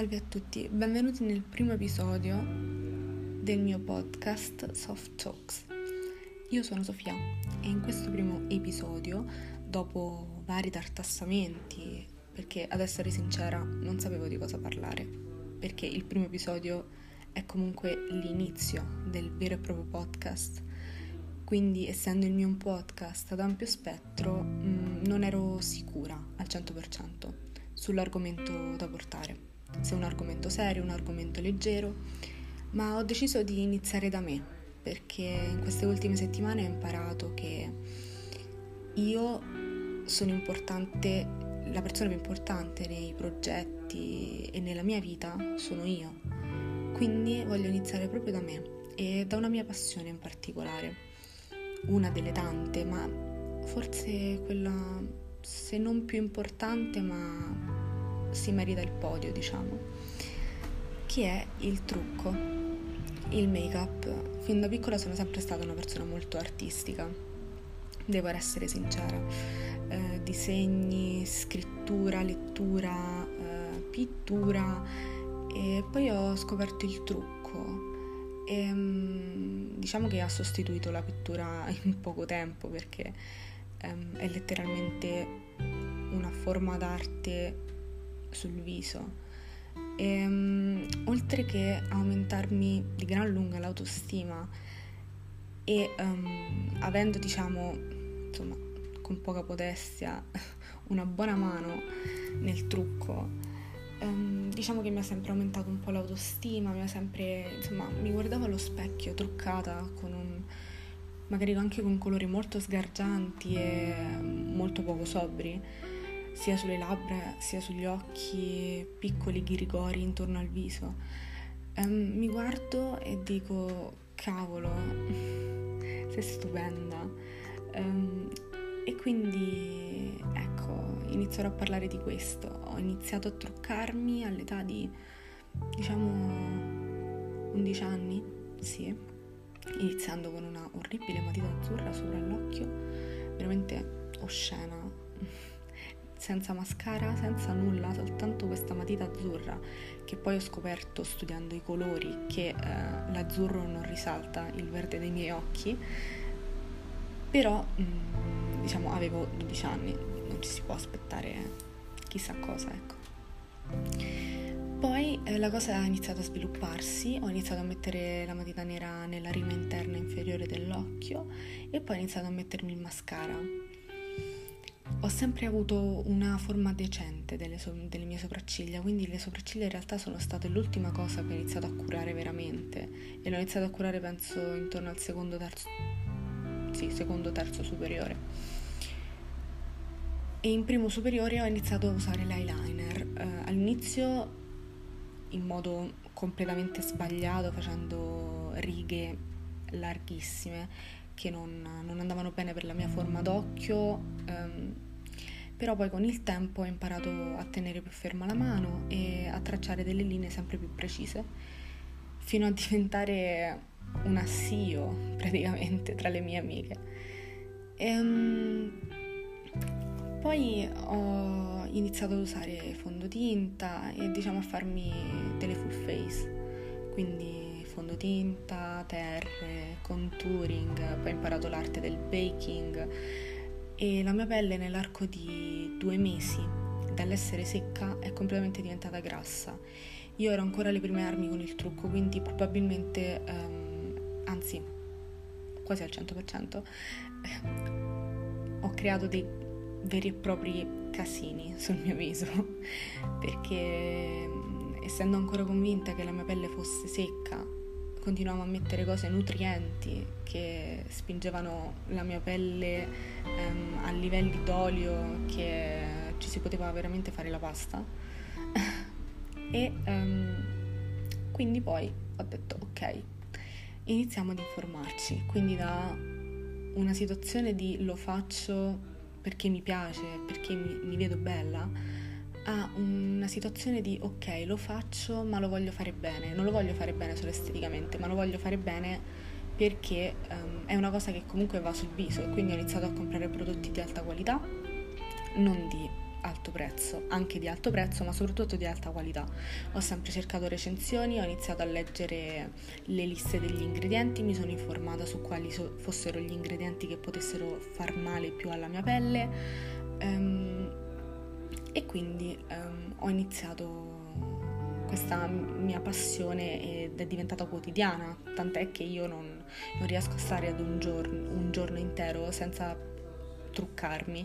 Salve a tutti, benvenuti nel primo episodio del mio podcast Soft Talks. Io sono Sofia e in questo primo episodio, dopo vari tartassamenti, perché ad essere sincera non sapevo di cosa parlare, perché il primo episodio è comunque l'inizio del vero e proprio podcast, quindi essendo il mio un podcast ad ampio spettro non ero sicura al 100% sull'argomento da portare. Se è un argomento serio, un argomento leggero, ma ho deciso di iniziare da me, perché in queste ultime settimane ho imparato che io sono importante, la persona più importante nei progetti e nella mia vita sono io. Quindi voglio iniziare proprio da me e da una mia passione in particolare, una delle tante, ma forse quella, se non più importante, ma si merita il podio, diciamo, che è il trucco, il make-up. Fin da piccola sono sempre stata una persona molto artistica, devo essere sincera, disegni, scrittura, lettura, pittura, e poi ho scoperto il trucco e diciamo che ha sostituito la pittura in poco tempo, perché è letteralmente una forma d'arte sul viso e oltre che aumentarmi di gran lunga l'autostima e avendo, diciamo, insomma, con poca modestia, una buona mano nel trucco, diciamo che mi ha sempre aumentato un po' l'autostima, mi guardavo allo specchio truccata magari anche con colori molto sgargianti e molto poco sobri, sia sulle labbra sia sugli occhi, piccoli ghirigori intorno al viso. Mi guardo e dico, cavolo, sei stupenda. E quindi ecco, inizierò a parlare di questo. Ho iniziato a truccarmi all'età di, diciamo, 11 anni, sì, iniziando con una orribile matita azzurra sopra l'occhio, veramente oscena, senza mascara, senza nulla, soltanto questa matita azzurra, che poi ho scoperto studiando i colori che l'azzurro non risalta il verde dei miei occhi, però diciamo avevo 12 anni, non ci si può aspettare chissà cosa, ecco. Poi la cosa ha iniziato a svilupparsi, ho iniziato a mettere la matita nera nella rima interna inferiore dell'occhio e poi ho iniziato a mettermi il mascara. Ho sempre avuto una forma decente delle mie sopracciglia, quindi le sopracciglia in realtà sono state l'ultima cosa che ho iniziato a curare veramente, e l'ho iniziato a curare penso intorno al secondo, terzo superiore. E in primo superiore ho iniziato a usare l'eyeliner, all'inizio in modo completamente sbagliato, facendo righe larghissime che non andavano bene per la mia forma d'occhio, però poi con il tempo ho imparato a tenere più ferma la mano e a tracciare delle linee sempre più precise, fino a diventare un assio praticamente tra le mie amiche. Poi ho iniziapo ad usare fondotinta e diciamo a farmi delle full face, quindi fondotinta, terre, contouring, poi ho imparato l'arte del baking e la mia pelle nell'arco di 2 mesi dall'essere secca è completamente diventata grassa. Io ero ancora alle prime armi con il trucco, quindi probabilmente, anzi quasi al 100%, ho creato dei veri e propri casini sul mio viso perché essendo ancora convinta che la mia pelle fosse secca continuavo a mettere cose nutrienti che spingevano la mia pelle a livelli d'olio che ci si poteva veramente fare la pasta e quindi poi ho detto ok, iniziamo ad informarci, quindi da una situazione di lo faccio perché mi piace, perché mi vedo bella, a una situazione di ok, lo faccio ma lo voglio fare bene, non lo voglio fare bene solo esteticamente, ma lo voglio fare bene perché è una cosa che comunque va sul viso, e quindi ho iniziato a comprare prodotti di alta qualità, non di alto prezzo, anche di alto prezzo, ma soprattutto di alta qualità. Ho sempre cercato recensioni, ho iniziato a leggere le liste degli ingredienti, mi sono informata su quali fossero gli ingredienti che potessero far male più alla mia pelle, e quindi ho iniziato questa mia passione ed è diventata quotidiana, tant'è che io non riesco a stare ad un giorno intero senza truccarmi,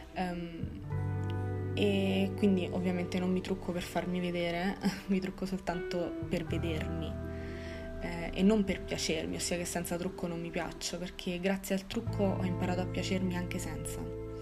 e quindi ovviamente non mi trucco per farmi vedere, mi trucco soltanto per vedermi, e non per piacermi, ossia che senza trucco non mi piaccio, perché grazie al trucco ho imparato a piacermi anche senza.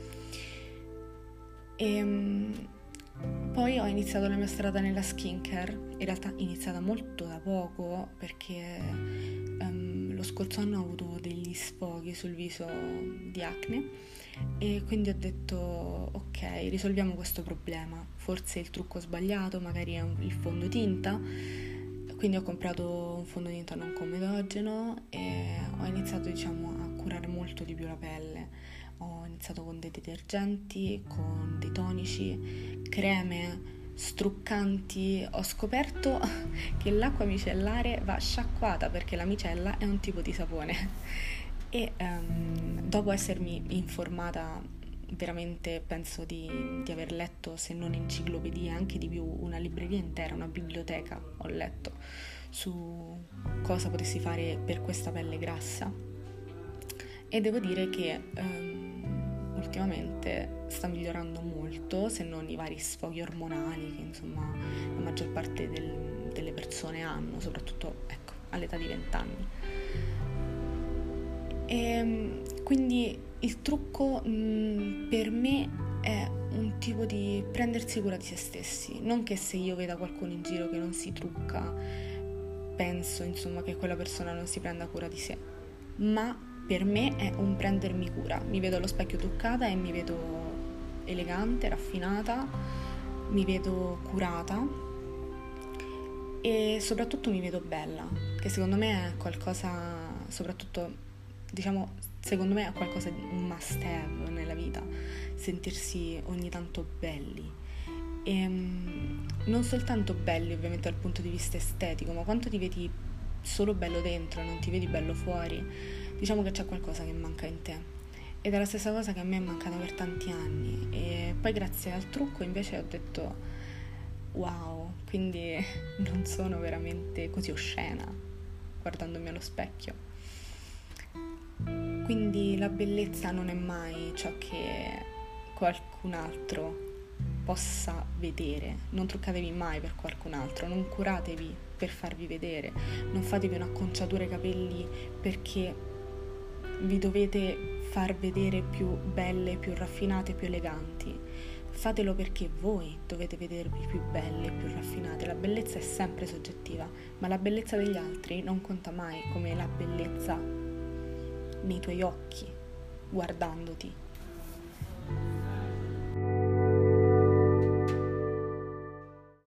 Poi ho iniziato la mia strada nella skincare, in realtà iniziata molto da poco, perché lo scorso anno ho avuto degli sfoghi sul viso di acne e quindi ho detto ok, risolviamo questo problema, forse il trucco sbagliato, magari è il fondotinta, quindi ho comprato un fondotinta non comedogeno e ho iniziato a curare molto di più la pelle. Ho iniziato con dei detergenti, con dei tonici, creme, struccanti. Ho scoperto che l'acqua micellare va sciacquata perché la micella è un tipo di sapone. E dopo essermi informata, veramente penso di aver letto, se non enciclopedie, anche di più, una libreria intera, una biblioteca ho letto su cosa potessi fare per questa pelle grassa. E devo dire che ultimamente sta migliorando molto, se non i vari sfoghi ormonali che insomma la maggior parte delle persone hanno, soprattutto all'età di 20 anni. E quindi il trucco per me è un tipo di prendersi cura di se stessi, non che se io veda qualcuno in giro che non si trucca penso insomma che quella persona non si prenda cura di sé, ma per me è un prendermi cura. Mi vedo allo specchio truccata e mi vedo elegante, raffinata, mi vedo curata e soprattutto mi vedo bella, che secondo me è qualcosa, soprattutto secondo me è qualcosa di un must have nella vita, sentirsi ogni tanto belli. E non soltanto belli ovviamente dal punto di vista estetico, ma quanto ti vedi solo bello dentro e non ti vedi bello fuori. Diciamo che c'è qualcosa che manca in te ed è la stessa cosa che a me è mancata per tanti anni, e poi grazie al trucco invece ho detto wow, quindi non sono veramente così oscena guardandomi allo specchio. Quindi la bellezza non è mai ciò che qualcun altro possa vedere. Non truccatevi mai per qualcun altro, non curatevi per farvi vedere, non fatevi un'acconciatura ai capelli perché vi dovete far vedere più belle, più raffinate, più eleganti. Fatelo perché voi dovete vedervi più belle, più raffinate. La bellezza è sempre soggettiva, ma la bellezza degli altri non conta mai come la bellezza nei tuoi occhi, guardandoti.